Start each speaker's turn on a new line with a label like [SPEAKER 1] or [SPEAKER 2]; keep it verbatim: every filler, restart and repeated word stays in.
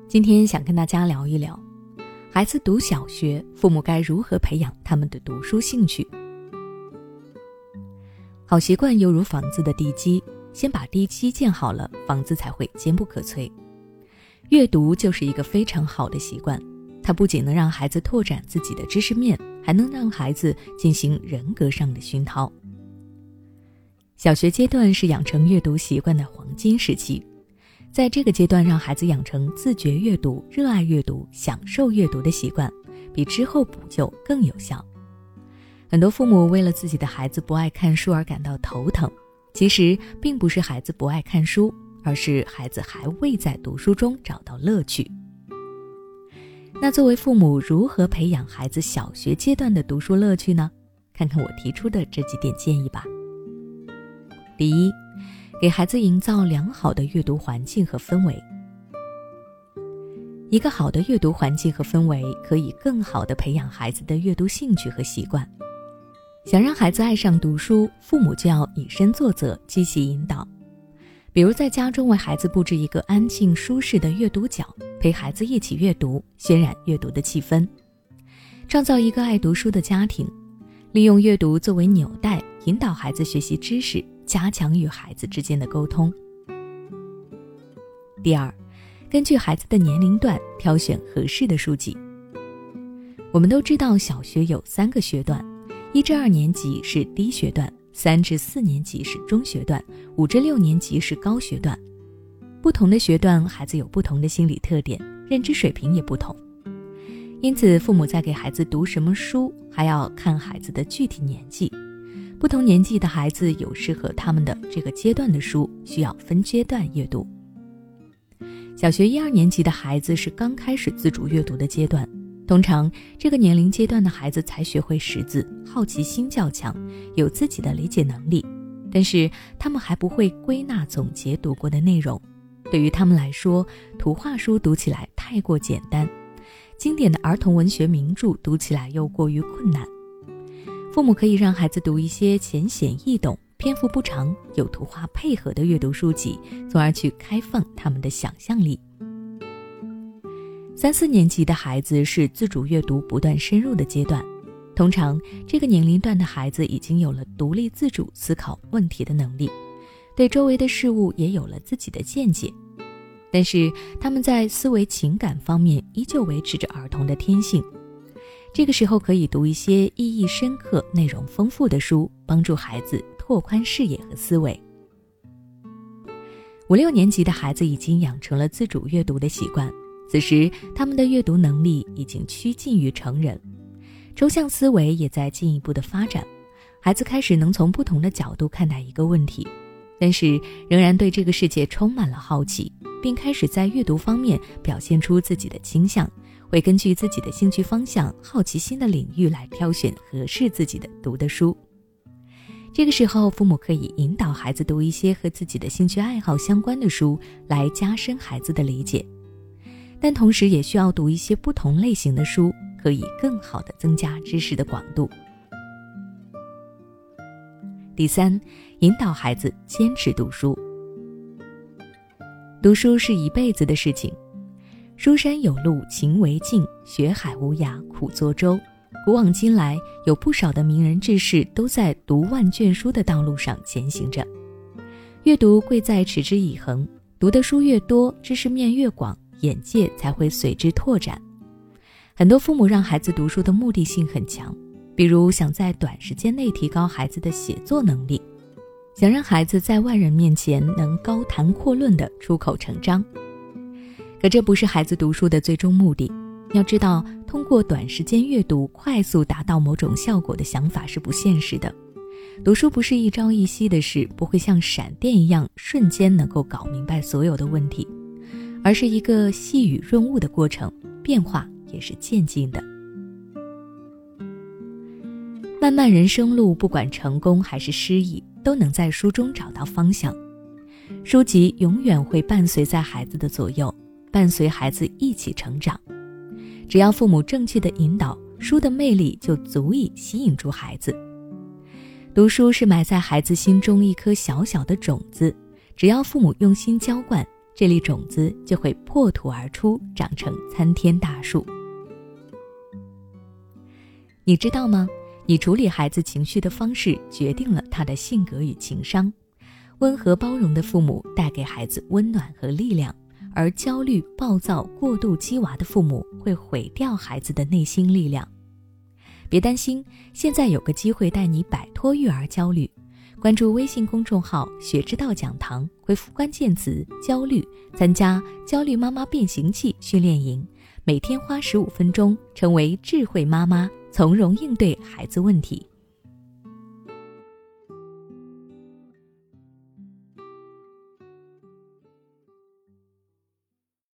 [SPEAKER 1] 今天想跟大家聊一聊，孩子读小学，父母该如何培养他们的读书兴趣。好习惯犹如房子的地基，先把地基建好了，房子才会坚不可摧。阅读就是一个非常好的习惯，它不仅能让孩子拓展自己的知识面，还能让孩子进行人格上的熏陶。小学阶段是养成阅读习惯的黄金时期，在这个阶段让孩子养成自觉阅读、热爱阅读、享受阅读的习惯，比之后补救更有效。很多父母为了自己的孩子不爱看书而感到头疼，其实并不是孩子不爱看书，而是孩子还未在读书中找到乐趣。那作为父母，如何培养孩子小学阶段的读书乐趣呢？看看我提出的这几点建议吧。第一，给孩子营造良好的阅读环境和氛围。一个好的阅读环境和氛围，可以更好地培养孩子的阅读兴趣和习惯。想让孩子爱上读书，父母就要以身作则，积极引导。比如在家中为孩子布置一个安静舒适的阅读角，陪孩子一起阅读，渲染阅读的气氛。创造一个爱读书的家庭，利用阅读作为纽带，引导孩子学习知识，加强与孩子之间的沟通。第二，根据孩子的年龄段挑选合适的书籍。我们都知道小学有三个学段，一至二年级是低学段，三至四年级是中学段，五至六年级是高学段。不同的学段，孩子有不同的心理特点，认知水平也不同。因此，父母在给孩子读什么书，还要看孩子的具体年纪。不同年纪的孩子有适合他们的这个阶段的书，需要分阶段阅读。小学一二年级的孩子是刚开始自主阅读的阶段，通常这个年龄阶段的孩子才学会识字，好奇心较强，有自己的理解能力，但是他们还不会归纳总结读过的内容。对于他们来说，图画书读起来太过简单，经典的儿童文学名著读起来又过于困难。父母可以让孩子读一些浅显易懂、篇幅不长、有图画配合的阅读书籍，从而去开放他们的想象力。三四年级的孩子是自主阅读不断深入的阶段，通常这个年龄段的孩子已经有了独立自主思考问题的能力，对周围的事物也有了自己的见解，但是他们在思维情感方面依旧维持着儿童的天性。这个时候可以读一些意义深刻、内容丰富的书，帮助孩子拓宽视野和思维。五六年级的孩子已经养成了自主阅读的习惯，此时他们的阅读能力已经趋近于成人，抽象思维也在进一步的发展，孩子开始能从不同的角度看待一个问题，但是仍然对这个世界充满了好奇，并开始在阅读方面表现出自己的倾向，会根据自己的兴趣方向、好奇心的领域来挑选合适自己的读的书。这个时候，父母可以引导孩子读一些和自己的兴趣爱好相关的书，来加深孩子的理解。但同时也需要读一些不同类型的书，可以更好地增加知识的广度。第三，引导孩子坚持读书。读书是一辈子的事情，书山有路勤为径，学海无涯苦作舟。古往今来，有不少的名人志士都在读万卷书的道路上前行着。阅读贵在持之以恒，读的书越多，知识面越广，眼界才会随之拓展。很多父母让孩子读书的目的性很强，比如想在短时间内提高孩子的写作能力，想让孩子在外人面前能高谈阔论地出口成章。可这不是孩子读书的最终目的。要知道，通过短时间阅读快速达到某种效果的想法是不现实的。读书不是一朝一夕的事，不会像闪电一样瞬间能够搞明白所有的问题，而是一个细雨润物的过程，变化也是渐进的。漫漫人生路，不管成功还是失意，都能在书中找到方向。书籍永远会伴随在孩子的左右，伴随孩子一起成长。只要父母正确的引导，书的魅力就足以吸引住孩子。读书是埋在孩子心中一颗小小的种子，只要父母用心浇灌， 这粒种子就会破土而出，长成参天大树。你知道吗？你处理孩子情绪的方式决定了他的性格与情商。温和包容的父母带给孩子温暖和力量，而焦虑、暴躁、过度激娃的父母会毁掉孩子的内心力量。别担心，现在有个机会带你摆脱育儿焦虑。关注微信公众号学之道讲堂，回复关键词焦虑，参加焦虑妈妈变形记训练营，每天花十五分钟，成为智慧妈妈，从容应对孩子问题。